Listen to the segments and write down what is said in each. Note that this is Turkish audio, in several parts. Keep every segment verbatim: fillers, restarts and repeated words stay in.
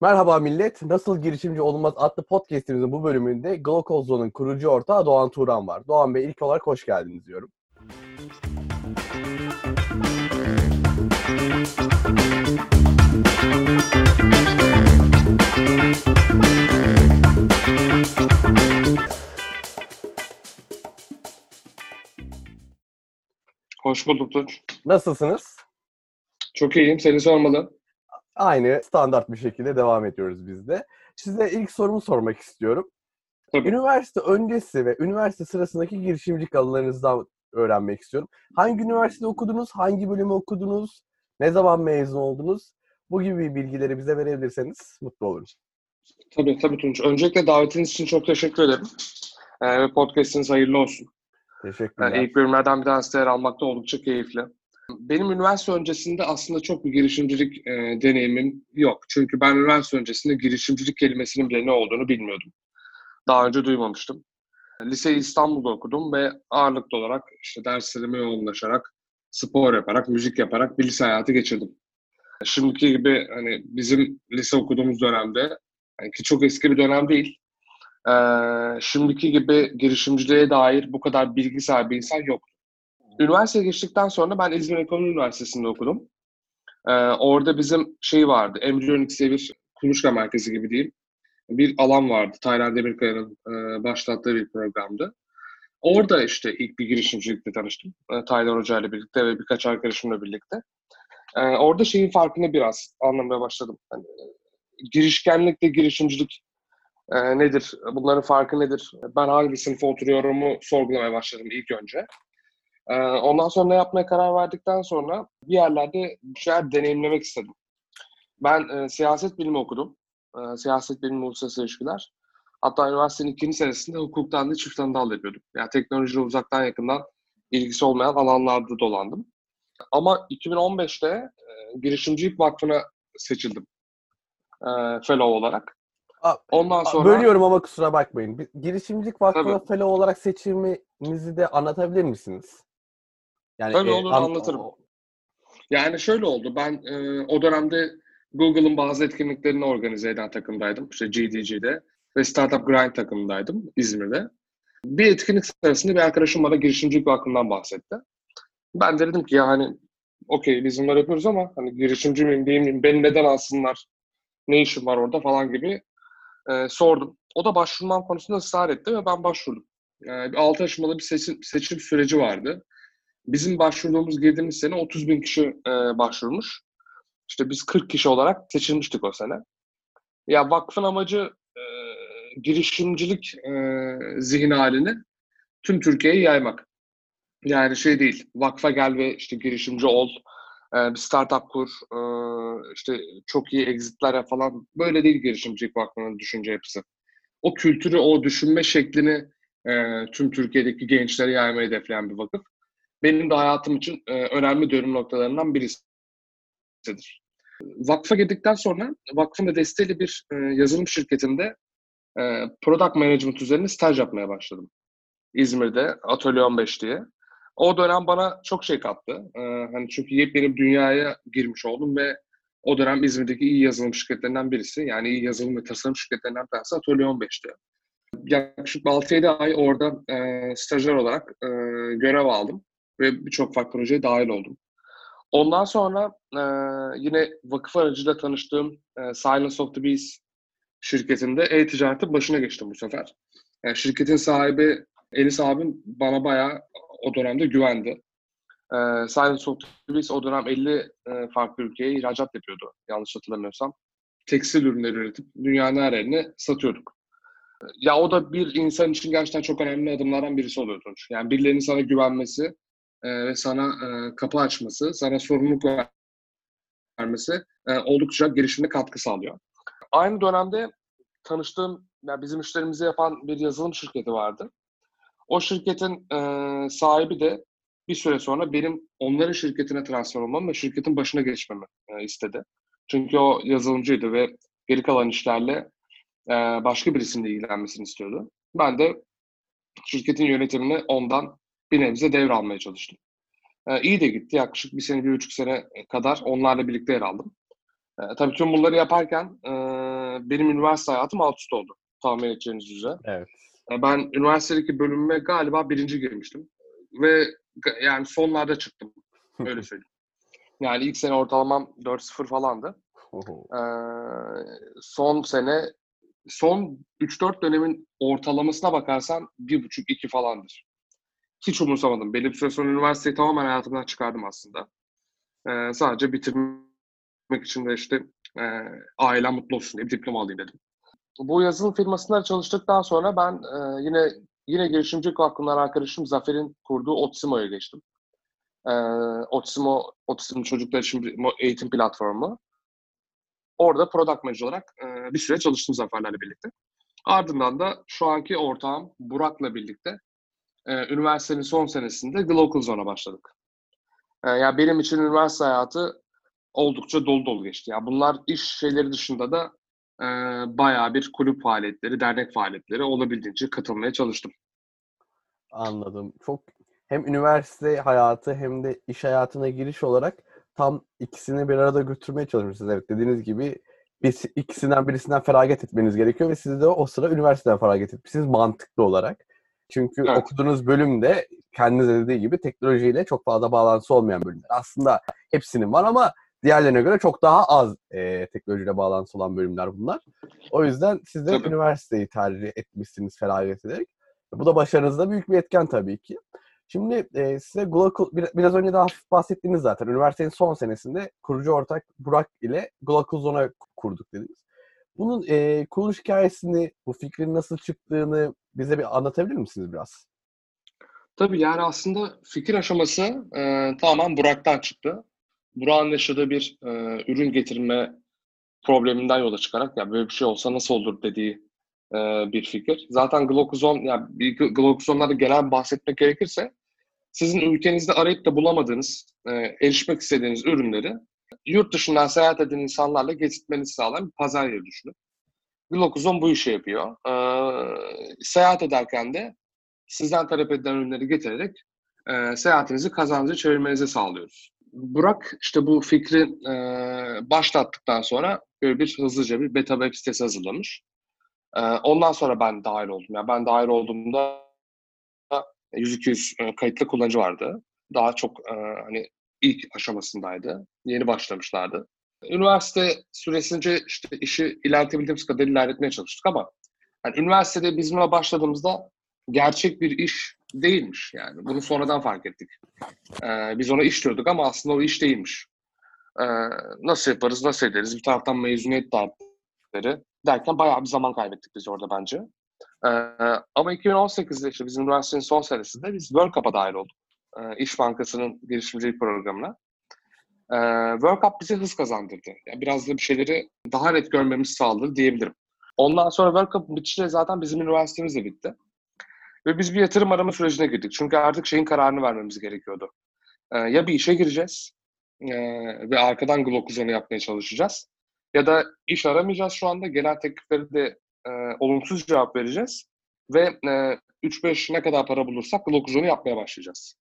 Merhaba millet, Nasıl Girişimci Olunmaz adlı podcastimizin bu bölümünde Glokozzo'nun kurucu ortağı Doğan Turan var. Doğan Bey ilk olarak hoş geldiniz diyorum. Hoş bulduk Tunç. Nasılsınız? Çok iyiyim, seni sormalı. Aynı standart bir şekilde devam ediyoruz biz de. Size ilk sorumu sormak istiyorum. Tabii. Üniversite öncesi ve üniversite sırasındaki girişimcilik anılarınızdan öğrenmek istiyorum. Hangi üniversitede okudunuz, hangi bölümü okudunuz, ne zaman mezun oldunuz? Bu gibi bilgileri bize verebilirseniz mutlu oluruz. Tabii tabii Tunç. Öncelikle davetiniz için çok teşekkür ederim. Ee, ve podcast'iniz hayırlı olsun. Teşekkürler. Ee, ilk bölümlerden bir tanesi de yer almakta oldukça keyifli. Benim üniversite öncesinde aslında çok bir girişimcilik e, deneyimim yok. Çünkü ben üniversite öncesinde girişimcilik kelimesinin bile ne olduğunu bilmiyordum. Daha önce duymamıştım. Liseyi İstanbul'da okudum ve ağırlıklı olarak işte derslerime yoğunlaşarak, spor yaparak, müzik yaparak bir lise hayatı geçirdim. Şimdiki gibi hani bizim lise okuduğumuz dönemde, yani ki çok eski bir dönem değil, e, şimdiki gibi girişimciliğe dair bu kadar bilgi sahibi insan yoktu. Üniversiteye geçtikten sonra ben İzmir Ekonomi Üniversitesi'nde okudum. E, orada bizim şey vardı, Embryonics diye bir kuluçka merkezi gibi diyeyim. Bir alan vardı, Taylan Demirkaya'nın e, başlattığı bir programdı. Orada işte ilk bir girişimcilikle tanıştım. E, Taylan Hoca ile birlikte ve birkaç arkadaşımla birlikte. Ee, orada şeyin farkını biraz anlamaya başladım. Yani, girişkenlikle girişimcilik e, nedir? Bunların farkı nedir? Ben hangi sınıfa oturuyorumu sorgulamaya başladım ilk önce. Ee, ondan sonra ne yapmaya karar verdikten sonra bir yerlerde bir şeyler deneyimlemek istedim. Ben e, siyaset bilimi okudum. E, siyaset bilimi uluslararası ilişkiler. Hatta üniversitenin ikinci senesinde hukuktan da çift anadal yapıyordum. Yani teknolojiyle uzaktan yakından ilgisi olmayan alanlarda dolandım. Ama iki bin on beşte e, Girişimcilik Vakfı'na seçildim e, fellow olarak. A- Ondan a- sonra Bölüyorum ama kusura bakmayın. Bir Girişimcilik Vakfı'na tabii, fellow olarak seçilmenizi de anlatabilir misiniz? Yani tabii e, olur an, anlatırım. o- Yani şöyle oldu. Ben e, o dönemde Google'ın bazı etkinliklerini organize eden takımdaydım. İşte G D G'de ve Startup Grind takımındaydım İzmir'de. Bir etkinlik sırasında bir arkadaşım bana Girişimcilik Vakfı'ndan bahsetti. Ben de dedim ki ya hani okey biz bunları yapıyoruz ama hani girişimci miyim değil miyim, beni neden alsınlar, ne işim var orada falan gibi e, sordum. O da başvurmam konusunda ısrar etti ve ben başvurdum. E, bir altı aşamalı bir seçim, seçim süreci vardı. Bizim başvurduğumuz, girdiğimiz sene otuz bin kişi e, başvurmuş. İşte biz kırk kişi olarak seçilmiştik o sene. Ya vakfın amacı e, girişimcilik e, zihin halini tüm Türkiye'ye yaymak. Yani şey değil, vakfa gel ve işte girişimci ol, e, bir startup kur, e, işte çok iyi exitler yap falan. Böyle değil girişimcilik vakfının düşünce yapısı. O kültürü, o düşünme şeklini e, tüm Türkiye'deki gençlere yaymayı hedefleyen bir vakıf. Benim de hayatım için e, önemli dönüm noktalarından birisidir. Vakfa girdikten sonra vakfın da desteğiyle bir e, yazılım şirketinde e, product management üzerine staj yapmaya başladım. İzmir'de Atölye on beş diye. O dönem bana çok şey kattı. Ee, hani çünkü yepyeni bir dünyaya girmiş oldum ve o dönem İzmir'deki iyi yazılım şirketlerinden birisi. Yani iyi yazılım ve tasarım şirketlerinden bir tanesi Atölye on beşti. Yaklaşık altı yedi ay orada e, stajyer olarak e, görev aldım ve birçok farklı projeye dahil oldum. Ondan sonra e, yine vakıf aracıyla tanıştığım e, Silence of the Bees şirketinde e-ticaretin başına geçtim bu sefer. Yani şirketin sahibi Enis abim bana bayağı o dönemde güvendi. Ee, Silence of the Bees o dönem elli e, farklı ülkeye ihracat yapıyordu yanlış hatırlamıyorsam. Tekstil ürünleri üretip dünyanın her yerine satıyorduk. Ya o da bir insan için gerçekten çok önemli adımlardan birisi oluyor Tunç. Yani birilerinin sana güvenmesi e, ve sana e, kapı açması, sana sorumluluk vermesi e, oldukça gelişimine katkı sağlıyor. Aynı dönemde tanıştığım, yani bizim işlerimizi yapan bir yazılım şirketi vardı. O şirketin e, sahibi de bir süre sonra benim onların şirketine transfer olmam ve şirketin başına geçmemi e, istedi. Çünkü o yazılımcıydı ve geri kalan işlerle e, başka birisinin ilgilenmesini istiyordu. Ben de şirketin yönetimini ondan bir nebze devralmaya çalıştım. E, iyi de gitti. Yaklaşık bir sene, bir buçuk sene kadar onlarla birlikte yer aldım. E, tabii tüm bunları yaparken e, benim üniversite hayatım alt üst oldu. Tahmin edeceğiniz üzere. Evet. E, ben üniversitedeki bölümüme galiba birinci girmiştim. Ve ga- yani sonlarda çıktım. Öyle söyleyeyim. Yani ilk sene ortalamam dört sıfır falandı. Oho. Ee, son sene, son üç dört dönemin ortalamasına bakarsan bir buçuk iki falandır. Hiç umursamadım. Belli bir süre sonra üniversiteyi tamamen hayatımdan çıkardım aslında. Ee, sadece bitirmek için de işte e, ailem mutlu olsun diye bir diploma alayım dedim. Bu yazılım firmasında çalıştıktan sonra ben e, yine yine girişimcilik hakkında arkadaşım Zafer'in kurduğu Otimo'ya geçtim. Ee, Otimo, Otizmli çocuklar için bir eğitim platformu. Orada product manager olarak e, bir süre çalıştım Zafer'lerle birlikte. Ardından da şu anki ortağım Burak'la birlikte e, üniversitenin son senesinde Glocal Zone'a başladık. E, yani benim için üniversite hayatı oldukça dolu dolu geçti. Ya bunlar iş şeyleri dışında da e, bayağı bir kulüp faaliyetleri, dernek faaliyetleri olabildiğince katılmaya çalıştım. Anladım. Çok hem üniversite hayatı hem de iş hayatına giriş olarak tam ikisini bir arada götürmeye çalışmışsınız. Evet, dediğiniz gibi biz ikisinden birisinden feragat etmeniz gerekiyor ve siz de o sıra üniversiteden feragat etmişsiniz mantıklı olarak. Çünkü Evet, okuduğunuz bölüm de kendiniz de dediği gibi teknolojiyle çok fazla bağlantısı olmayan bölümler. Aslında hepsinin var ama diğerlerine göre çok daha az e, teknolojiyle bağlantısı olan bölümler bunlar. O yüzden siz de tabii. üniversiteyi tercih etmişsiniz feragat ederek. Bu da başarınızda büyük bir etken tabii ki. Şimdi e, size Glocal, bir, biraz önce de hafif bahsettiniz zaten. Üniversitenin son senesinde kurucu ortak Burak ile Glocal Zone'a kurduk dediniz. Bunun e, kuruluş hikayesini, bu fikrin nasıl çıktığını bize bir anlatabilir misiniz biraz? Tabii yani aslında fikir aşaması e, tamamen Burak'tan çıktı. Burak'ın yaşadığı bir e, ürün getirme probleminden yola çıkarak ya böyle bir şey olsa nasıl olur dediği e, bir fikir. Zaten Glokuzon, ya bir Glokuzonlarda genel bahsetmek gerekirse sizin ülkenizde arayıp da bulamadığınız, e, erişmek istediğiniz ürünleri yurt dışından seyahat eden insanlarla getirtmenizi sağlayan bir pazar yeri düşünün. Glokuzon bu işi yapıyor. E, seyahat ederken de sizden talep edilen ürünleri getirerek e, seyahatinizi kazancı çevirmenizi sağlıyoruz. Burak işte bu fikri e, başlattıktan sonra böyle bir hızlıca bir beta web sitesi hazırlamış. E, ondan sonra ben dahil oldum. Yani ben dahil olduğumda yüz iki yüz e, kayıtlı kullanıcı vardı. Daha çok e, hani ilk aşamasındaydı. Yeni başlamışlardı. Üniversite süresince işte işi ilerletebildiğimiz kadar ilerletmeye çalıştık ama yani üniversitede biz buna başladığımızda gerçek bir iş değilmiş yani. Bunu sonradan fark ettik. Ee, biz ona iş diyorduk ama aslında o iş değilmiş. Ee, nasıl yaparız, nasıl ederiz? Bir taraftan mezuniyet dertleri derken bayağı bir zaman kaybettik biz orada bence. Ee, ama iki bin on sekizde işte bizim üniversitenin son senesinde biz World Cup'a dahil olduk. Ee, İş Bankası'nın girişimcilik programına. Ee, World Cup bize hız kazandırdı. Yani biraz da bir şeyleri daha net görmemizi sağladı diyebilirim. Ondan sonra World Cup'ın bitişiyle zaten bizim üniversitemiz de bitti. Ve biz bir yatırım arama sürecine girdik. Çünkü artık şeyin kararını vermemiz gerekiyordu. Ee, ya bir işe gireceğiz e, ve arkadan Glokuzon'u yapmaya çalışacağız. Ya da iş aramayacağız şu anda. Gelen teklifleri de e, olumsuz cevap vereceğiz. Ve e, üç beş ne kadar para bulursak Glokuzon'u yapmaya başlayacağız.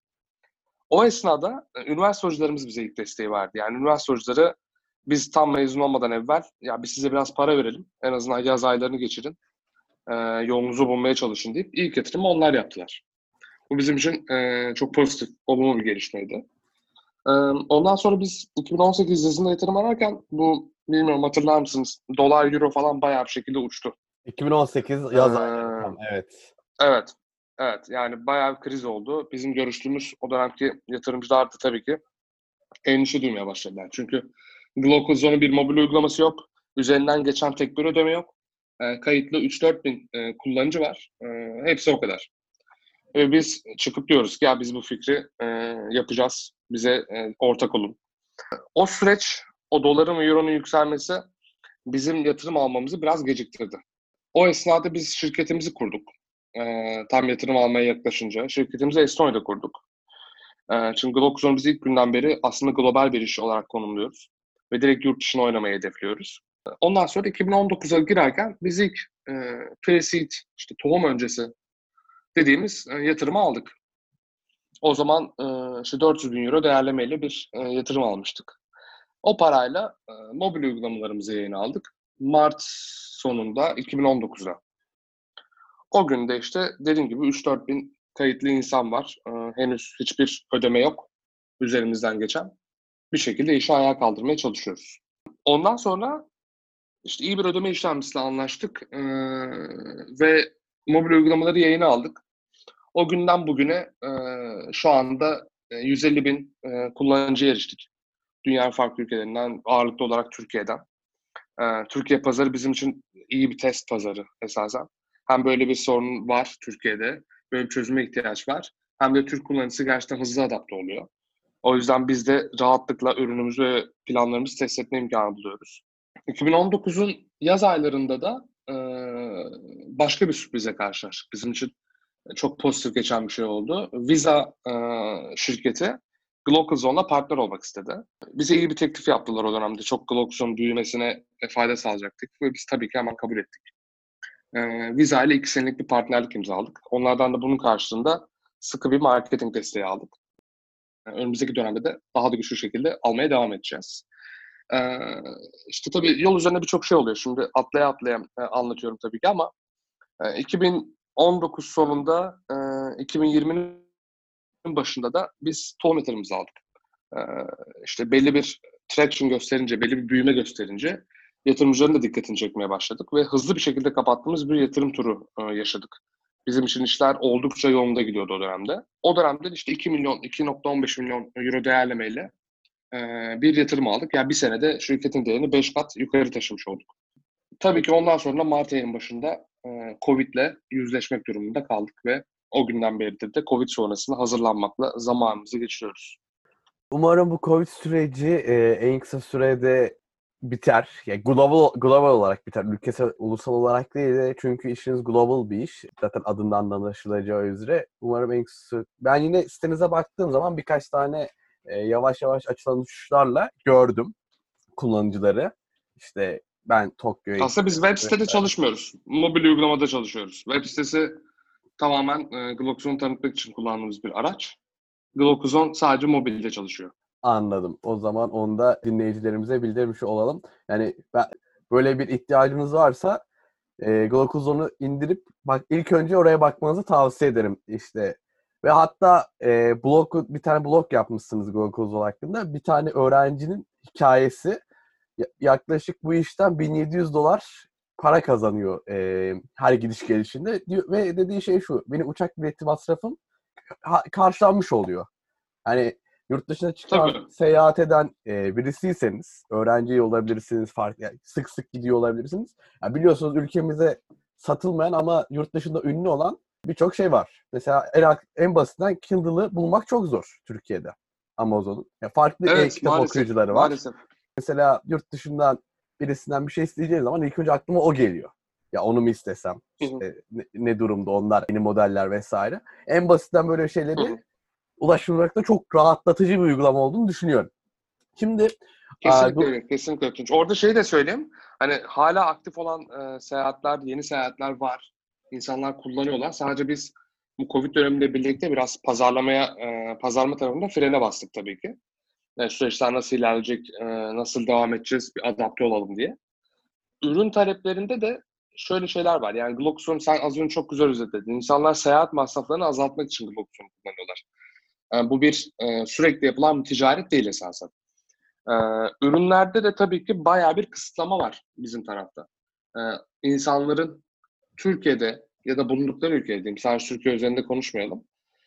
O esnada e, üniversite hocalarımız bize ilk desteği verdi. Yani üniversite hocaları biz tam mezun olmadan evvel ya biz size biraz para verelim. En azından yaz aylarını geçirin. E, yolunuzu bulmaya çalışın deyip ilk yatırımı onlar yaptılar. Bu bizim için e, çok pozitif, olumlu bir gelişmeydi. E, ondan sonra biz iki bin on sekiz yazında yatırım ararken bu bilmiyorum hatırlar mısınız? Dolar, euro falan bayağı bir şekilde uçtu. iki bin on sekiz E, yaz ayları tam, evet. evet. Evet. Yani bayağı bir kriz oldu. Bizim görüştüğümüz o dönemki yatırımcılar da tabii ki endişe duymaya başladılar. Çünkü Glocalzone'un bir mobil uygulaması yok. Üzerinden geçen tek bir ödeme yok. E, kayıtlı üç dört bin e, kullanıcı var. E, hepsi o kadar. Ve biz çıkıp diyoruz ki ya biz bu fikri e, yapacağız. Bize e, ortak olun. O süreç, o doların ve euronun yükselmesi bizim yatırım almamızı biraz geciktirdi. O esnada biz şirketimizi kurduk. E, tam yatırım almaya yaklaşınca. Şirketimizi Estonya'da kurduk. E, çünkü Glocalzone biz ilk günden beri aslında global bir iş olarak konumluyoruz. Ve direkt yurt dışına oynamayı hedefliyoruz. Ondan sonra iki bin on dokuza girerken biz ilk e, pre-seed, işte tohum öncesi dediğimiz e, yatırımı aldık. O zaman e, işte dört yüz bin euro değerlemeyle bir e, yatırım almıştık. O parayla e, mobil uygulamalarımızı yayına aldık. Mart sonunda iki bin on dokuzda. O günde işte dediğim gibi üç dört bin kayıtlı insan var. Ee, henüz hiçbir ödeme yok üzerimizden geçen. Bir şekilde işi ayağa kaldırmaya çalışıyoruz. Ondan sonra işte iyi bir ödeme işlemcisiyle anlaştık ee, ve mobil uygulamaları yayına aldık. O günden bugüne e, şu anda e, yüz elli bin e, kullanıcıya eriştik. Dünyanın farklı ülkelerinden, ağırlıklı olarak Türkiye'den. E, Türkiye pazarı bizim için iyi bir test pazarı esasen. Hem böyle bir sorun var Türkiye'de, böyle bir çözüme ihtiyaç var. Hem de Türk kullanıcısı gerçekten hızlı adapte oluyor. O yüzden biz de rahatlıkla ürünümüzü ve planlarımızı test etme imkanı buluyoruz. iki bin on dokuzun yaz aylarında da e, başka bir sürprize karşılaştık. Bizim için çok pozitif geçen bir şey oldu. Visa e, şirketi GlocalZone'la partner olmak istedi. Bize iyi bir teklif yaptılar o dönemde. Çok GlocalZone büyümesine fayda sağlayacaktık ve biz tabii ki hemen kabul ettik. E, Visa ile iki senelik bir partnerlik imzaladık. Onlardan da bunun karşılığında sıkı bir marketing desteği aldık. Yani önümüzdeki dönemde de daha da güçlü şekilde almaya devam edeceğiz. E, işte tabii yol üzerinde birçok şey oluyor. Şimdi atlaya atlaya e, anlatıyorum tabii ki ama e, iki bin on dokuz sonunda e, iki bin yirminin başında da biz tohum yatırımımızı aldık. E, işte belli bir traction gösterince, belli bir büyüme gösterince yatırımcıların da dikkatini çekmeye başladık ve hızlı bir şekilde kapattığımız bir yatırım turu e, yaşadık. Bizim için işler oldukça yolunda gidiyordu o dönemde. O dönemde işte iki milyon, iki nokta on beş milyon euro değerlemeyle e, bir yatırım aldık. Yani bir senede şirketin değerini beş kat yukarı taşımış olduk. Tabii ki ondan sonra Mart ayının başında e, Covid'le yüzleşmek durumunda kaldık ve o günden beridir de Covid sonrasında hazırlanmakla zamanımızı geçiriyoruz. Umarım bu Covid süreci e, en kısa sürede biter. Yani global global olarak biter. Ülkesel, ulusal olarak değil de çünkü işiniz global bir iş. Zaten adından da anlaşılacağı üzere. Umarım en kısa... Ben yine sitenize baktığım zaman birkaç tane e, yavaş yavaş açılan uçuşlarla gördüm kullanıcıları. İşte ben Tokyo'ya Aslında biz gittim. web sitede çalışmıyoruz. Mobil uygulamada çalışıyoruz. Web sitesi tamamen e, GlocalZone tanıtmak için kullandığımız bir araç. GlocalZone sadece mobilde çalışıyor. Anladım. O zaman onu da dinleyicilerimize bildirmiş olalım. Yani ben, böyle bir ihtiyacınız varsa e, GlocalZone'u indirip bak ilk önce oraya bakmanızı tavsiye ederim işte. Ve hatta e, blog bir tane blog yapmışsınız GlocalZone hakkında. Bir tane öğrencinin hikayesi yaklaşık bu işten bin yedi yüz dolar para kazanıyor e, her gidiş gelişinde. Diyor, ve dediği şey şu. Benim uçak bileti masrafım ha, karşılanmış oluyor. Hani yurt dışına çıkan, Tabii. seyahat eden e, birisiyseniz, öğrenci olabilirsiniz, farklı, yani sık sık gidiyor olabilirsiniz. Yani biliyorsunuz ülkemize satılmayan ama yurt dışında ünlü olan birçok şey var. Mesela en, en basitinden Kindle'ı bulmak çok zor Türkiye'de. Amazon'un. Yani farklı Evet, e-kitap maalesef. okuyucuları var. Maalesef. Mesela yurt dışından birisinden bir şey isteyeceğiniz zaman ilk önce aklıma o geliyor. Ya onu mu istesem? Hı hı, İşte ne, ne durumda onlar, yeni modeller vesaire. En basitten böyle hı şeyleri hı. ulaştırmakta çok rahatlatıcı bir uygulama olduğunu düşünüyorum. Şimdi a, Kesinlikle bu öyle, kesinlikle öyle. Çünkü orada şey de söyleyeyim, hani hala aktif olan e, seyahatler, yeni seyahatler var. İnsanlar kullanıyorlar. Sadece biz bu Covid dönemiyle birlikte biraz pazarlamaya, e, pazarlama tarafında frene bastık tabii ki. Yani süreçler nasıl ilerleyecek, e, nasıl devam edeceğiz, bir adapte olalım diye. Ürün taleplerinde de şöyle şeyler var. Yani GlocalZone sen az önce çok güzel özetledin. İnsanlar seyahat masraflarını azaltmak için GlocalZone kullanıyorlar. Yani bu bir e, sürekli yapılan bir ticaret değil esasen. Ee, ürünlerde de tabii ki bayağı bir kısıtlama var bizim tarafta. Ee, insanların Türkiye'de ya da bulundukları ülkede diyeyim, sadece Türkiye üzerinde konuşmayalım.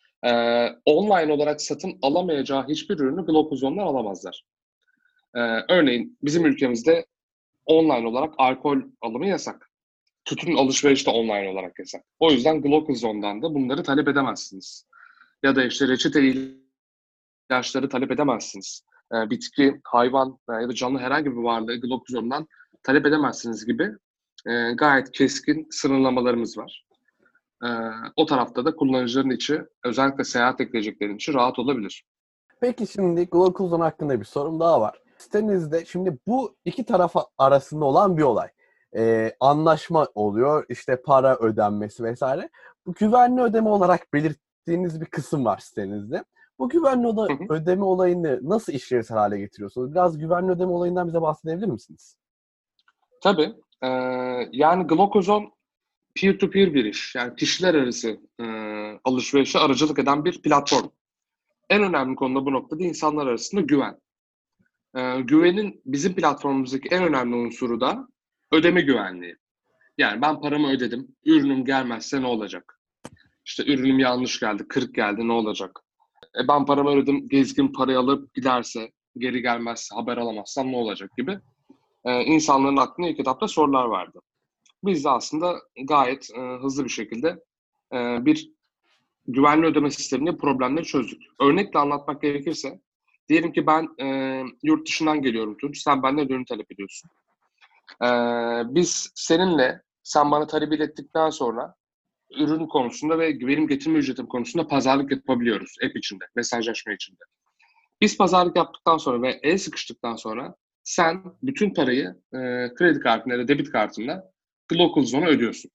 Ee, online olarak satın alamayacağı hiçbir ürünü GlocalZone'dan alamazlar. Ee, örneğin bizim ülkemizde online olarak alkol alımı yasak. Tütün alışverişi de online olarak yasak. O yüzden GlocalZone'dan da bunları talep edemezsiniz. Ya da işte reçeteli ilaçları talep edemezsiniz. E, bitki, hayvan e, ya da canlı herhangi bir varlığı GlocalZone'dan talep edemezsiniz gibi e, gayet keskin sınırlamalarımız var. E, o tarafta da kullanıcıların içi, özellikle seyahat ekleyeceklerin içi rahat olabilir. peki şimdi GlocalZone hakkında bir sorum daha var. Sitenizde şimdi bu iki taraf arasında olan bir olay. Ee, anlaşma oluyor, işte para ödenmesi vesaire. Bu güvenli ödeme olarak belirttiğiniz bir kısım var sitenizde. Bu güvenli Hı öde- hı. ödeme olayını nasıl işlevsel hale getiriyorsunuz? Biraz güvenli ödeme olayından bize bahsedebilir misiniz? Tabii. Ee, yani Glocozone peer-to-peer bir iş. Yani kişiler arası e, alışverişe aracılık eden bir platform. En önemli konu da bu noktada insanlar arasında güven. Ee, güvenin bizim platformumuzdaki en önemli unsuru da ödeme güvenliği. Yani ben paramı ödedim, ürünüm gelmezse ne olacak? İşte ürünüm yanlış geldi, kırık geldi, ne olacak? E ben paramı ödedim, gezgin parayı alıp giderse, geri gelmezse, haber alamazsam ne olacak gibi e, insanların aklına ilk etapta sorular vardı. Biz de aslında gayet e, hızlı bir şekilde e, bir güvenli ödeme sisteminde problemleri çözdük. Örnekle anlatmak gerekirse, diyelim ki ben e, yurt dışından geliyorum Tunç, sen benden ürün talep ediyorsun. E, biz seninle, sen bana talep ettikten sonra ürün konusunda ve benim getirme ücretim konusunda pazarlık yapabiliyoruz app içinde, mesajlaşma içinde. Biz pazarlık yaptıktan sonra ve el sıkıştıktan sonra sen bütün parayı e, kredi kartına ya da debit kartına Glocalzone'a ödüyorsun.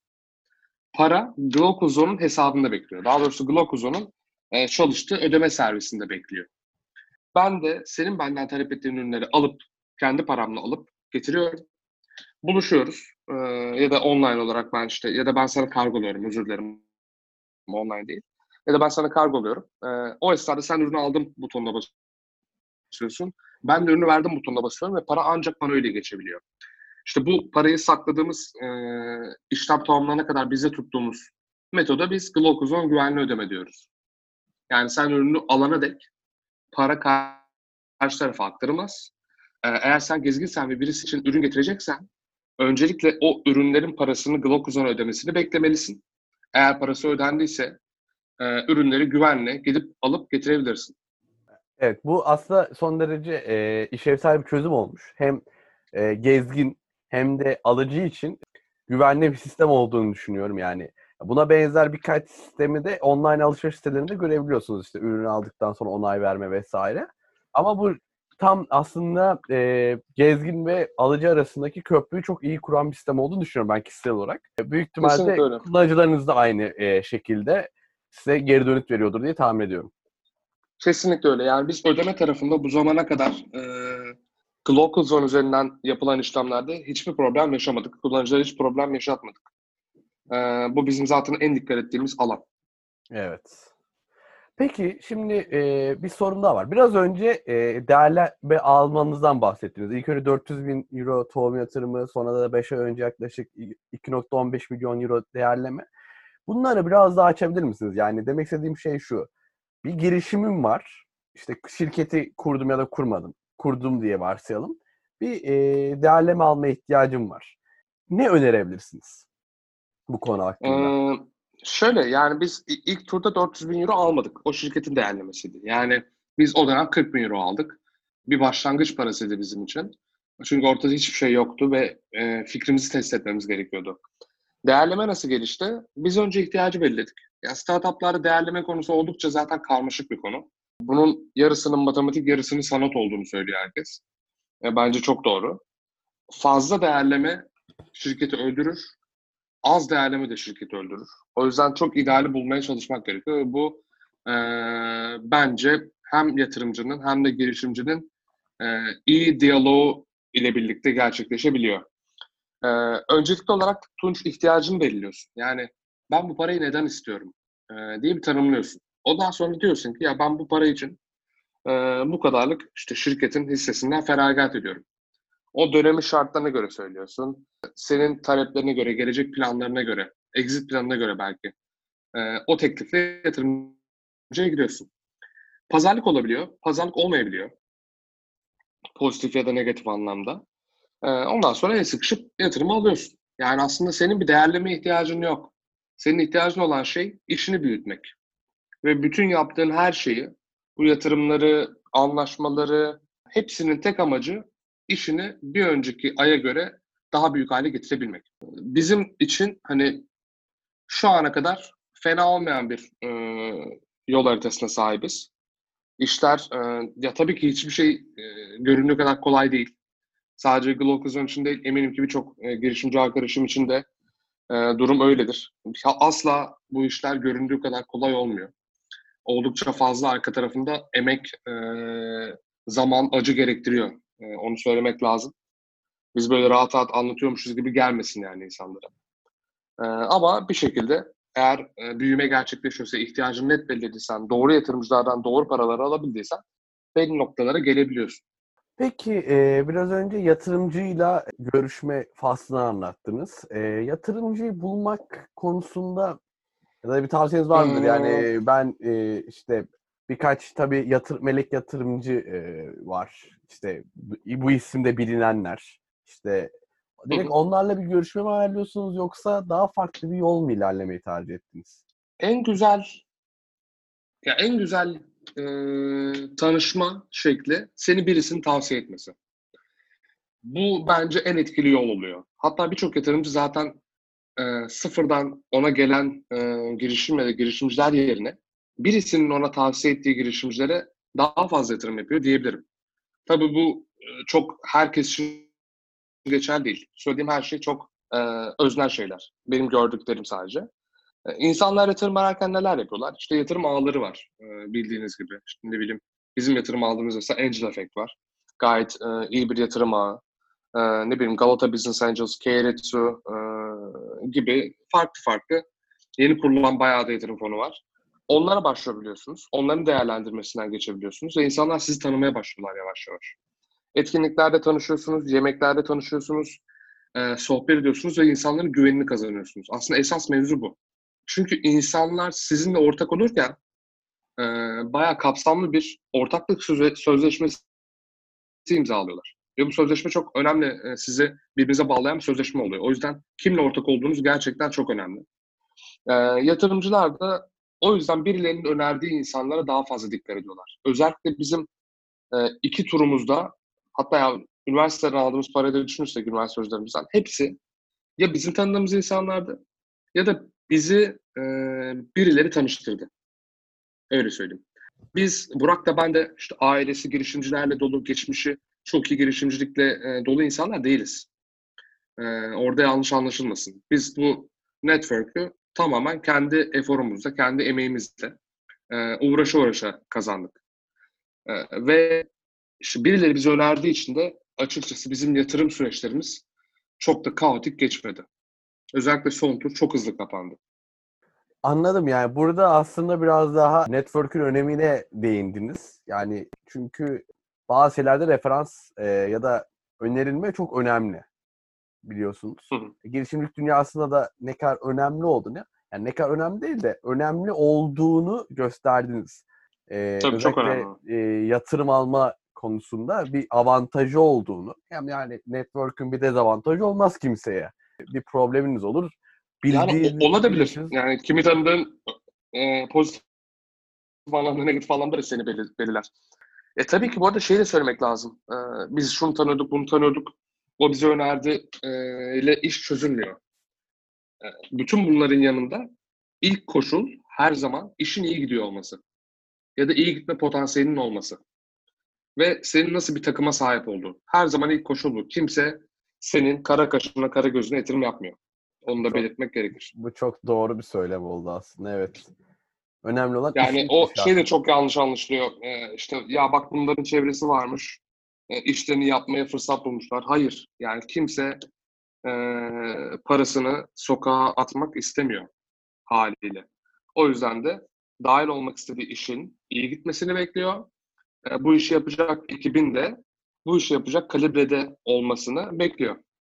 Para Glocalzone'un hesabında bekliyor. Daha doğrusu Glocalzone'un e, çalıştığı ödeme servisinde bekliyor. Ben de senin benden talep ettiğin ürünleri alıp, kendi paramla alıp getiriyorum. Buluşuyoruz. E, ya da online olarak ben işte, ya da ben sana kargoluyorum, özür dilerim, online değil. Ya da ben sana kargoluyorum. E, o esnada sen ürünü aldım butonuna basıyorsun. Ben de ürünü verdim butonuna basıyorum ve para ancak bana öyle geçebiliyor. İşte bu parayı sakladığımız, e, işlem tamamlanana kadar bize tuttuğumuz metoda biz Glocozone güvenli ödeme diyoruz. Yani sen ürünü alana dek para karşı tarafa aktarılmaz. E, eğer sen gezginsen ve birisi için ürün getireceksen öncelikle o ürünlerin parasını Glocozone ödemesini beklemelisin. Eğer parası ödendiyse e, ürünleri güvenle gidip alıp getirebilirsin. Evet, bu aslında son derece e, işlevsel bir çözüm olmuş. Hem e, gezgin hem de alıcı için güvenli bir sistem olduğunu düşünüyorum yani. Buna benzer birkaç sistemi de online alışveriş sitelerinde görebiliyorsunuz, işte ürünü aldıktan sonra onay verme vesaire. Ama bu tam aslında e, gezgin ve alıcı arasındaki köprüyü çok iyi kuran bir sistem olduğunu düşünüyorum ben kişisel olarak. E, Büyük Kesinlikle ihtimalle öyle. kullanıcılarınız da aynı e, şekilde size geri dönüt veriyordur diye tahmin ediyorum. Kesinlikle öyle. Yani biz ödeme tarafında bu zamana kadar e, Glocalzone üzerinden yapılan işlemlerde hiçbir problem yaşamadık. Kullanıcılara hiç problem yaşatmadık. E, bu bizim zaten en dikkat ettiğimiz alan. Evet. Peki şimdi e, bir sorum daha var. Biraz önce e, değerleme almanızdan bahsettiniz. İlk önce dört yüz bin euro tohum yatırımı, sonra da beş ay önce yaklaşık iki nokta on beş milyon euro değerleme. Bunları biraz daha açabilir misiniz? Yani demek istediğim şey şu. Bir girişimim var. İşte şirketi kurdum ya da kurmadım. Kurdum diye varsayalım. Bir e, değerleme alma ihtiyacım var. Ne önerebilirsiniz bu konu E, hakkında? şöyle yani biz ilk turda dört yüz bin euro almadık. O şirketin değerlemesiydi. Yani biz o dönem kırk bin euro aldık. Bir başlangıç parasıydı bizim için. Çünkü ortada hiçbir şey yoktu ve e, fikrimizi test etmemiz gerekiyordu. Değerleme nasıl gelişti? Biz önce ihtiyacı belirledik. Ya startuplarda değerleme konusu oldukça zaten karmaşık bir konu. Bunun yarısının matematik, yarısının sanat olduğunu söylüyor herkes. E, bence çok doğru. Fazla değerleme şirketi öldürür, az değerleme de şirketi öldürür. O yüzden çok ideali bulmaya çalışmak gerekiyor. Ve bu e, bence hem yatırımcının hem de girişimcinin e, iyi diyaloğu ile birlikte gerçekleşebiliyor. Ee, öncelikli olarak Tunç ihtiyacını belirliyorsun. Yani ben bu parayı neden istiyorum ee, diye bir tanımlıyorsun. Ondan sonra diyorsun ki ya ben bu para için e, bu kadarlık işte şirketin hissesinden feragat ediyorum. O dönemin şartlarına göre söylüyorsun. Senin taleplerine göre, gelecek planlarına göre, exit planına göre belki e, o teklifle yatırımcıya gidiyorsun. Pazarlık olabiliyor, pazarlık olmayabiliyor. Pozitif ya da negatif anlamda. Ee, ondan sonra el sıkışıp yatırımı alıyorsun. Yani aslında senin bir değerleme ihtiyacın yok. Senin ihtiyacın olan şey işini büyütmek. Ve bütün yaptığın her şeyi, bu yatırımları, anlaşmaları, hepsinin tek amacı işini bir önceki aya göre daha büyük hale getirebilmek. Bizim için hani şu ana kadar fena olmayan bir e, yol haritasına sahibiz. İşler, e, ya tabii ki hiçbir şey e, göründüğü kadar kolay değil. Sadece Glocozone için değil, eminim ki birçok e, girişimci arkadaşım için de e, durum öyledir. Ha, asla bu işler göründüğü kadar kolay olmuyor. Oldukça fazla arka tarafında emek, e, zaman, acı gerektiriyor. E, onu söylemek lazım. Biz böyle rahat rahat anlatıyormuşuz gibi gelmesin yani insanlara. Ee, ama bir şekilde eğer e, büyüme gerçekleşiyorsa, ihtiyacını net belirlediysen, doğru yatırımcılardan doğru paraları alabildiysen belli noktalara gelebiliyorsun. Peki e, biraz önce yatırımcıyla görüşme faslını anlattınız. E, yatırımcıyı bulmak konusunda ya da bir tavsiyeniz var mıdır? Ee, Yani ben e, işte birkaç tabii yatır, melek yatırımcı e, var. İşte bu, bu isimde bilinenler. İşte hı direkt hı. onlarla bir görüşme mi ayarlıyorsunuz yoksa daha farklı bir yol mu ilerlemeyi tercih ettiniz? En güzel, ya en güzel e, tanışma şekli seni birisinin tavsiye etmesi. Bu bence en etkili yol oluyor. Hatta birçok yatırımcı zaten e, sıfırdan ona gelen e, girişim ya da girişimciler yerine birisinin ona tavsiye ettiği girişimcilere daha fazla yatırım yapıyor diyebilirim. Tabii bu e, çok herkes için geçerli değil. Söylediğim her şey çok e, öznel şeyler. Benim gördüklerim sadece. E, insanlar yatırım ararken neler yapıyorlar? İşte yatırım ağları var e, bildiğiniz gibi. İşte ne bileyim bizim yatırım aldığımız mesela Angel Effect var. Gayet e, iyi bir yatırım ağı. E, ne bileyim Galata Business Angels, Keiretsu e, gibi farklı farklı yeni kurulan bayağı da yatırım fonu var. Onlara başvurabiliyorsunuz. Onların değerlendirmesinden geçebiliyorsunuz ve insanlar sizi tanımaya başlıyorlar yavaş yavaş. Etkinliklerde tanışıyorsunuz, yemeklerde tanışıyorsunuz, e, sohbet ediyorsunuz ve insanların güvenini kazanıyorsunuz. Aslında esas mevzu bu. Çünkü insanlar sizinle ortak olurken e, bayağı kapsamlı bir ortaklık söze, sözleşmesi imzalıyorlar. Ve bu sözleşme çok önemli. E, sizi birbirinize bağlayan bir sözleşme oluyor. O yüzden kimle ortak olduğunuz gerçekten çok önemli. E, yatırımcılar da o yüzden birilerinin önerdiği insanlara daha fazla dikkat ediyorlar. Özellikle bizim e, iki turumuzda hatta ya, üniversiteden aldığımız parayı da düşünürsek üniversite hocalarımızdan hepsi ya bizim tanıdığımız insanlardı ya da bizi e, birileri tanıştırdı. Öyle söyleyeyim. Biz, Burak da ben de işte ailesi girişimcilerle dolu, geçmişi çok iyi girişimcilikle e, dolu insanlar değiliz. E, orada yanlış anlaşılmasın. Biz bu network'ü tamamen kendi eforumuzla, kendi emeğimizle e, uğraşa uğraşa kazandık. E, ve işte birileri bizi önerdiği için de açıkçası bizim yatırım süreçlerimiz çok da kaotik geçmedi. Özellikle son tur çok hızlı kapandı. Anladım, yani burada aslında biraz daha network'ün önemine değindiniz. Yani çünkü bazı şeylerde referans e, ya da önerilme çok önemli, biliyorsunuz. Hı hı. Girişimcilik dünyasında da ne kadar önemli olduğunu, yani ne kadar önemli değil de önemli olduğunu gösterdiniz. Ee, Tabii çok özellikle önemli. e, yatırım alma konusunda bir avantajı olduğunu, hem yani network'ün bir dezavantajı olmaz kimseye. Bir probleminiz olur. Yani o- Bildiğiniz, olabilir. bilirsiniz. Yani kimi tanıdığın e, pozitif anlamda negatif anlamda da seni belir, belirler. E tabii ki bu arada şey de söylemek lazım. E, biz şunu tanıyorduk, bunu tanıyorduk. O bize önerdi e, ile iş çözülmüyor. E, bütün bunların yanında ilk koşul her zaman işin iyi gidiyor olması. Ya da iyi gitme potansiyelinin olması. Ve senin nasıl bir takıma sahip olduğun. Her zaman ilk koşul bu. Kimse senin kara kaşına kara gözüne yatırım yapmıyor. Onu da Çok, belirtmek gerekir. bu çok doğru bir söylem oldu aslında, evet. Önemli olan Yani işin o şey de gidişatı. çok yanlış anlaşılıyor. Ee, işte ya bak bunların çevresi varmış. E, işlerini yapmaya fırsat bulmuşlar. Hayır. Yani kimse e, parasını sokağa atmak istemiyor haliyle. O yüzden de dahil olmak istediği işin iyi gitmesini bekliyor. E, bu işi yapacak ekibin de bu işi yapacak kalibrede olmasını bekliyor.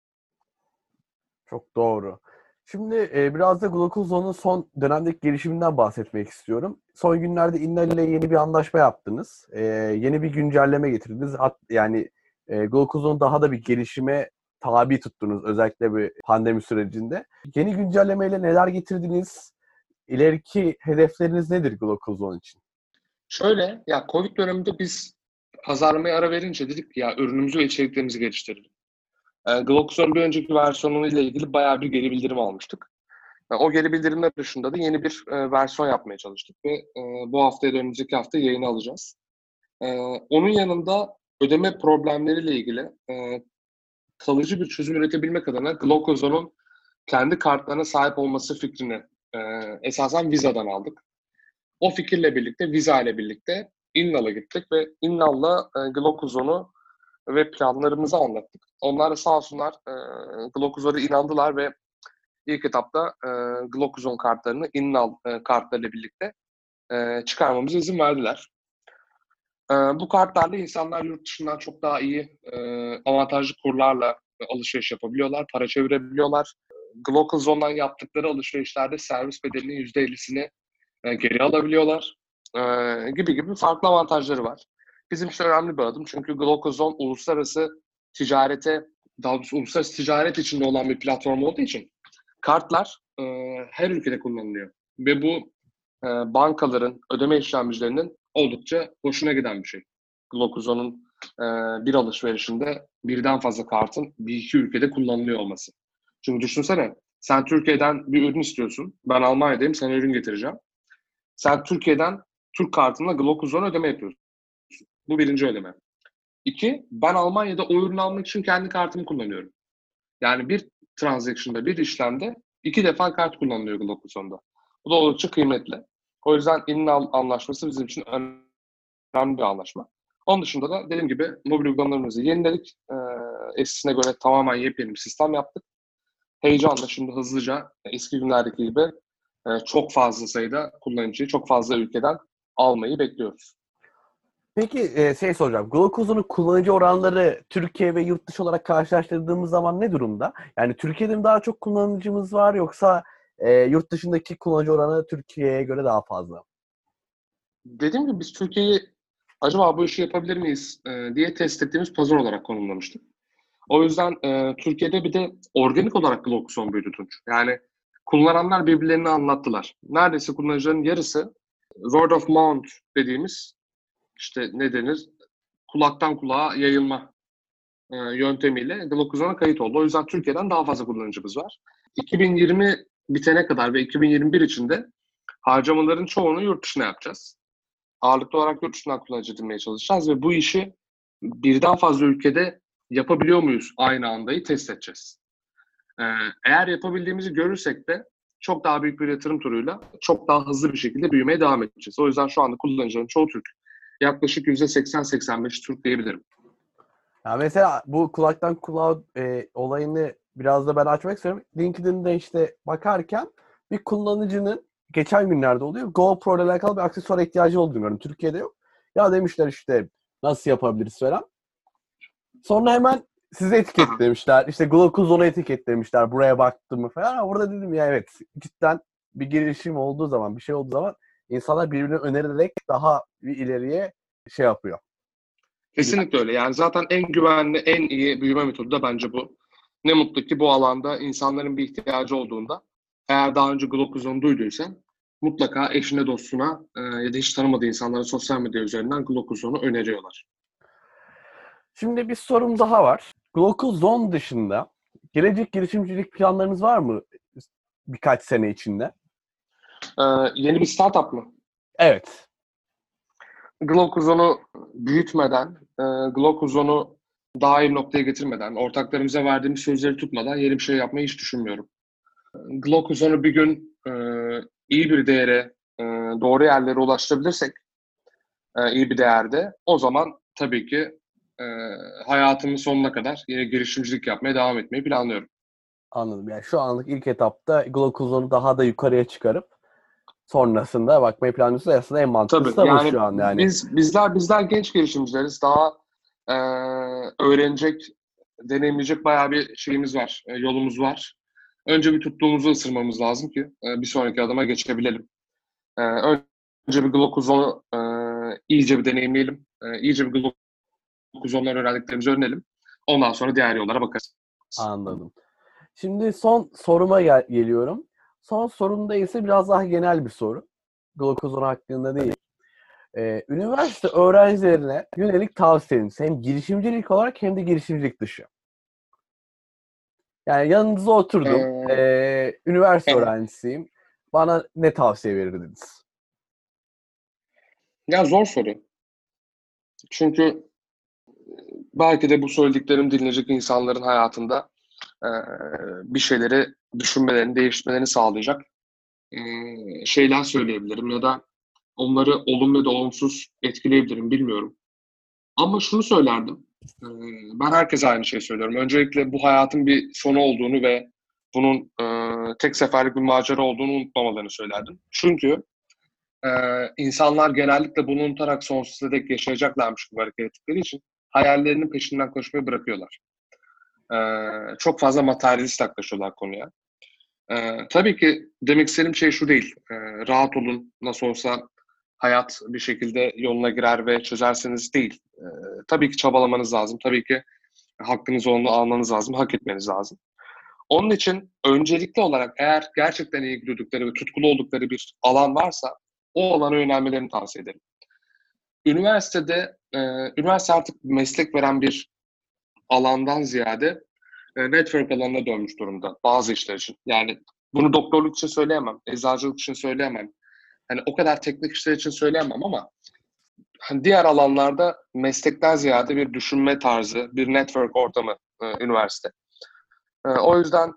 Çok doğru. Şimdi e, biraz da Glocozo'nun son dönemdeki gelişiminden bahsetmek istiyorum. Son günlerde Innal ile yeni bir anlaşma yaptınız. E, yeni bir güncelleme getirdiniz. Hat, yani e, Glocozo'nu daha da bir gelişime tabi tuttunuz, özellikle bir pandemi sürecinde. Yeni güncellemeyle neler getirdiniz? İleriki hedefleriniz nedir Glocozo için? Şöyle ya Covid döneminde biz pazarlamaya ara verince dedik ki ya ürünümüzü ve içeriklerimizi geliştirelim. E, Glockson bir önceki versiyonuyla ilgili bayağı bir geri bildirim almıştık. E, o geri bildirimler dışında da yeni bir e, versiyon yapmaya çalıştık ve e, bu haftaya da önümüzdeki hafta yayını alacağız. E, onun yanında ödeme problemleriyle ilgili e, kalıcı bir çözüm üretebilmek adına Glocozo'nun kendi kartlarına sahip olması fikrini e, esasen Visa'dan aldık. O fikirle birlikte, Visa ile birlikte Innal'a gittik ve Innal'la e, Glocozo'nu ve planlarımızı anlattık. onlar da sağ olsunlar e, Glocuzon'a inandılar ve ilk etapta e, Glocuzon kartlarını Innal e, kartlarıyla birlikte e, çıkarmamıza izin verdiler. E, bu kartlarla insanlar yurt dışından çok daha iyi e, avantajlı kurlarla alışveriş yapabiliyorlar, para çevirebiliyorlar. Glocuzon'dan yaptıkları alışverişlerde servis bedelinin yüzde ellisini e, geri alabiliyorlar. E, gibi gibi farklı avantajları var. Bizim için önemli bir adım çünkü Glocuzon uluslararası ticarete, daha doğrusu uluslararası ticaret içinde olan bir platform olduğu için kartlar e, her ülkede kullanılıyor. Ve bu e, bankaların, ödeme işlemcilerinin oldukça hoşuna giden bir şey. Glocuzon'un e, bir alışverişinde birden fazla kartın bir iki ülkede kullanılıyor olması. Çünkü düşünsene, sen Türkiye'den bir ürün istiyorsun. Ben Almanya'dayım, sana ürün getireceğim. Sen Türkiye'den Türk kartınla Glocuzon'a ödeme yapıyorsun. Bu birinci ödeme. İki, ben Almanya'da o ürünü almak için kendi kartımı kullanıyorum. Yani bir transaction'da, bir işlemde iki defa kart kullanılıyor Glocuzon'da. Bu da oldukça kıymetli. O yüzden Innal anlaşması bizim için önemli bir anlaşma. Onun dışında da dediğim gibi mobil uygulamalarımızı yeniledik. Ee, eskisine göre tamamen yepyeni bir sistem yaptık. Heyecanla şimdi hızlıca eski günlerdeki gibi e, çok fazla sayıda kullanıcıyı çok fazla ülkeden almayı bekliyoruz. Peki e, şey soracağım. Glocuzon'un kullanıcı oranları Türkiye ve yurt dışı olarak karşılaştırdığımız zaman ne durumda? Yani Türkiye'de mi daha çok kullanıcımız var yoksa e, yurt dışındaki kullanıcı oranı Türkiye'ye göre daha fazla? Dediğim gibi biz Türkiye'yi acaba bu işi yapabilir miyiz e, diye test ettiğimiz pazar olarak konumlamıştık. O yüzden e, Türkiye'de bir de organik olarak Glocuzon büyüdü Tunç. Yani kullananlar birbirlerini anlattılar. Neredeyse kullanıcıların yarısı word of mouth dediğimiz işte ne denir kulaktan kulağa yayılma e, yöntemiyle Glocuzon'a kayıt oldu. O yüzden Türkiye'den daha fazla kullanıcımız var. iki bin yirmi bitene kadar ve iki bin yirmi bir içinde harcamaların çoğunu yurt dışına yapacağız. Ağırlıklı olarak yurt dışından kullanıcı edinmeye çalışacağız ve bu işi birden fazla ülkede yapabiliyor muyuz aynı andayı test edeceğiz. Ee, eğer yapabildiğimizi görürsek de çok daha büyük bir yatırım turuyla çok daha hızlı bir şekilde büyümeye devam edeceğiz. O yüzden şu anda kullanıcıların çoğu Türk. Yaklaşık yüzde seksen seksen beş Türk diyebilirim. Ya mesela bu kulaktan kulağa e, olayını biraz da ben açmak istiyorum. LinkedIn'de işte bakarken bir kullanıcının geçen günlerde oluyor. GoPro ile alakalı bir aksesuara ihtiyacı olduğunu gördüm. Türkiye'de yok. Ya demişler işte nasıl yapabiliriz falan. Sonra hemen sizi etiketlemişler. İşte Glocuzon'u etiketlemişler. Buraya baktım mı falan. Ama burada dedim ya evet cidden bir girişim olduğu zaman, bir şey olduğu zaman insanlar birbirine önererek daha bir ileriye şey yapıyor. Kesinlikle öyle. Yani zaten en güvenli, en iyi büyüme metodu da bence bu. Ne mutlu ki bu alanda insanların bir ihtiyacı olduğunda eğer daha önce Glocuzon duyduysan mutlaka eşine, dostuna e, ya da hiç tanımadığı insanlara sosyal medya üzerinden Glocuzon'u öneriyorlar. Şimdi bir sorum daha var. Glocuzon dışında gelecek girişimcilik planlarınız var mı birkaç sene içinde? Ee, yeni bir startup mı? Evet. Glocuzon'u büyütmeden, e, Glocuzon'u daha iyi bir noktaya getirmeden, ortaklarımıza verdiğimiz sözleri tutmadan yeni bir şey yapmayı hiç düşünmüyorum. Glocuzon'u bir gün e, iyi bir değere, e, doğru yerlere ulaştırabilirsek, e, iyi bir değerde, o zaman tabii ki e, hayatımın sonuna kadar yine girişimcilik yapmaya devam etmeyi planlıyorum. Anladım. Yani şu anlık ilk etapta Glocuzon'u daha da yukarıya çıkarıp sonrasında bakmayı planlıyorsunuz. Aslında en mantıklısı Tabii da bu yani şu an yani. biz bizler bizler genç girişimcileriz. Daha e, öğrenecek, deneyimleyecek bayağı bir şeyimiz var, e, yolumuz var. Önce bir tuttuğumuzu ısırmamız lazım ki e, bir sonraki adıma geçebilelim. E, önce bir Glocuzon'u e, iyice bir deneyimleyelim. E, iyice bir Glocuzon'dan öğrendiklerimizi öğrenelim. Ondan sonra diğer yollara bakarız. Anladım. Şimdi son soruma gel- geliyorum. Son sorumda ise biraz daha genel bir soru. Glocuzon hakkında değil. Ee, üniversite öğrencilerine yönelik tavsiyeniz hem girişimcilik olarak hem de girişimcilik dışı. Yani yanınıza oturdum. E, Ee, üniversite öğrencisiyim. Bana ne tavsiye verirdiniz? ya zor soru. Çünkü belki de bu söylediklerim dinleyecek insanların hayatında e, bir şeyleri düşünmelerini, değiştirmelerini sağlayacak e, şeyler söyleyebilirim ya da onları olumlu ya da olumsuz etkileyebilirim bilmiyorum. Ama şunu söylerdim. Ee, Ben herkese aynı şeyi söylüyorum. Öncelikle bu hayatın bir sonu olduğunu ve bunun e, tek seferlik bir macera olduğunu unutmamalarını söylerdim. Çünkü e, insanlar genellikle bunu unutarak sonsuza dek yaşayacaklarmış gibi hareket ettikleri için hayallerinin peşinden koşmayı bırakıyorlar. E, Çok fazla materyalist yaklaşıyorlar konuya. E, tabii ki demek istediğim şey şu değil. E, rahat olun, nasıl olsa hayat bir şekilde yoluna girer ve çözerseniz değil. E, tabii ki çabalamanız lazım. Tabii ki hakkınız olanı almanız lazım, hak etmeniz lazım. Onun için öncelikli olarak eğer gerçekten ilgi duydukları ve tutkulu oldukları bir alan varsa o alana yönelmelerini tavsiye ederim. Üniversitede, e, üniversite artık meslek veren bir alandan ziyade e, network alanına dönmüş durumda bazı işler için. Yani bunu doktorluk için söyleyemem, eczacılık için söyleyemem. Hani o kadar teknik işler için söyleyemem ama hani diğer alanlarda meslekten ziyade bir düşünme tarzı, bir network ortamı e, üniversite. E, o yüzden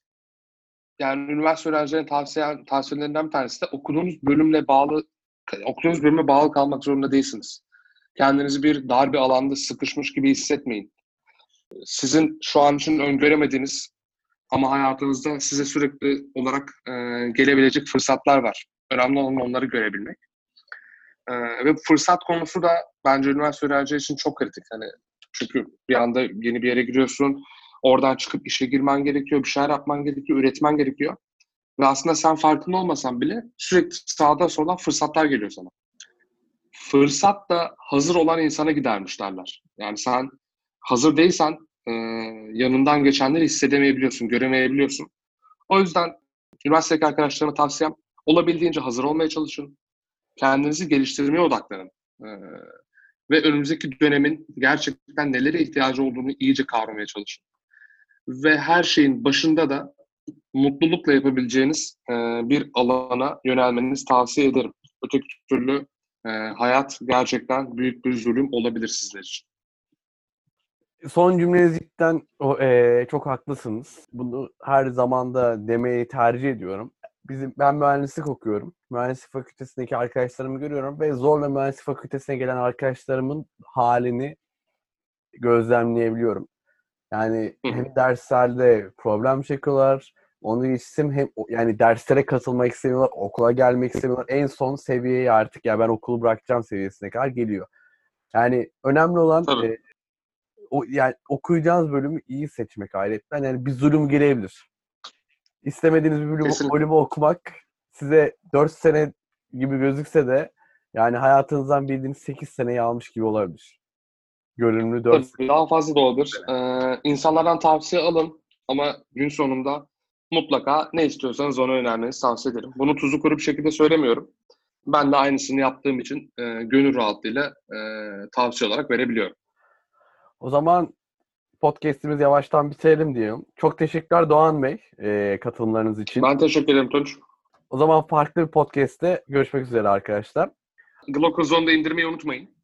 yani üniversite öğrencilerine tavsiye, tavsiyelerinden bir tanesi de okuduğunuz bölümle bağlı, okuduğunuz bölüme bağlı kalmak zorunda değilsiniz. Kendinizi bir dar bir alanda sıkışmış gibi hissetmeyin. Sizin şu an için öngöremediğiniz ama hayatınızda size sürekli olarak e, gelebilecek fırsatlar var. Önemli olan onları görebilmek. E, ve fırsat konusu da bence üniversite öğrencileri için çok kritik. Hani çünkü bir anda yeni bir yere giriyorsun, oradan çıkıp işe girmen gerekiyor, bir şeyler yapman gerekiyor, üretmen gerekiyor. Ve aslında sen farkında olmasan bile sürekli sağdan soldan fırsatlar geliyor sana. Fırsat da hazır olan insana gidermiş derler. Yani sen hazır değilsen e, yanından geçenleri hissedemeyebiliyorsun, göremeyebiliyorsun. O yüzden üniversitedeki arkadaşlarıma tavsiyem olabildiğince hazır olmaya çalışın. Kendinizi geliştirmeye odaklanın. E, ve önümüzdeki dönemin gerçekten nelere ihtiyacı olduğunu iyice kavramaya çalışın. Ve her şeyin başında da mutlulukla yapabileceğiniz e, bir alana yönelmenizi tavsiye ederim. Öteki türlü e, hayat gerçekten büyük bir zulüm olabilir sizler için. Son cümleniz cidden o, eee, çok haklısınız. Bunu her zaman da demeyi tercih ediyorum. Bizim ben mühendislik okuyorum. Mühendislik fakültesindeki arkadaşlarımı görüyorum ve zorla mühendislik fakültesine gelen arkadaşlarımın halini gözlemleyebiliyorum. Yani Hı hı. hem derslerde problem çekiyorlar, onu geçtim hem o- yani derslere katılmak istemiyorlar, okula gelmek istemiyorlar. En son seviyeye artık ya ben okulu bırakacağım seviyesine kadar geliyor. Yani önemli olan Tabii. e, o yani okuyacağınız bölümü iyi seçmek ayrıca. Yani bir zulüm gelebilir. İstemediğiniz bir bölümü, Kesinlikle. bölümü okumak size dört sene gibi gözükse de yani hayatınızdan bildiğiniz sekiz seneyi almış gibi olabilir. Görünümlü dört Tabii daha fazla da olabilir. Ee, insanlardan tavsiye alın ama gün sonunda mutlaka ne istiyorsanız ona yönelmenizi tavsiye ederim. Bunu tuzu kuru bir şekilde söylemiyorum. Ben de aynısını yaptığım için e, gönül rahatlığıyla e, tavsiye olarak verebiliyorum. O zaman podcast'imizi yavaştan bitirelim diyorum. Çok teşekkürler Doğan Bey e, katılımlarınız için. Ben teşekkür ederim Tunç. O zaman farklı bir podcast'te görüşmek üzere arkadaşlar. Glockozon'da indirmeyi unutmayın.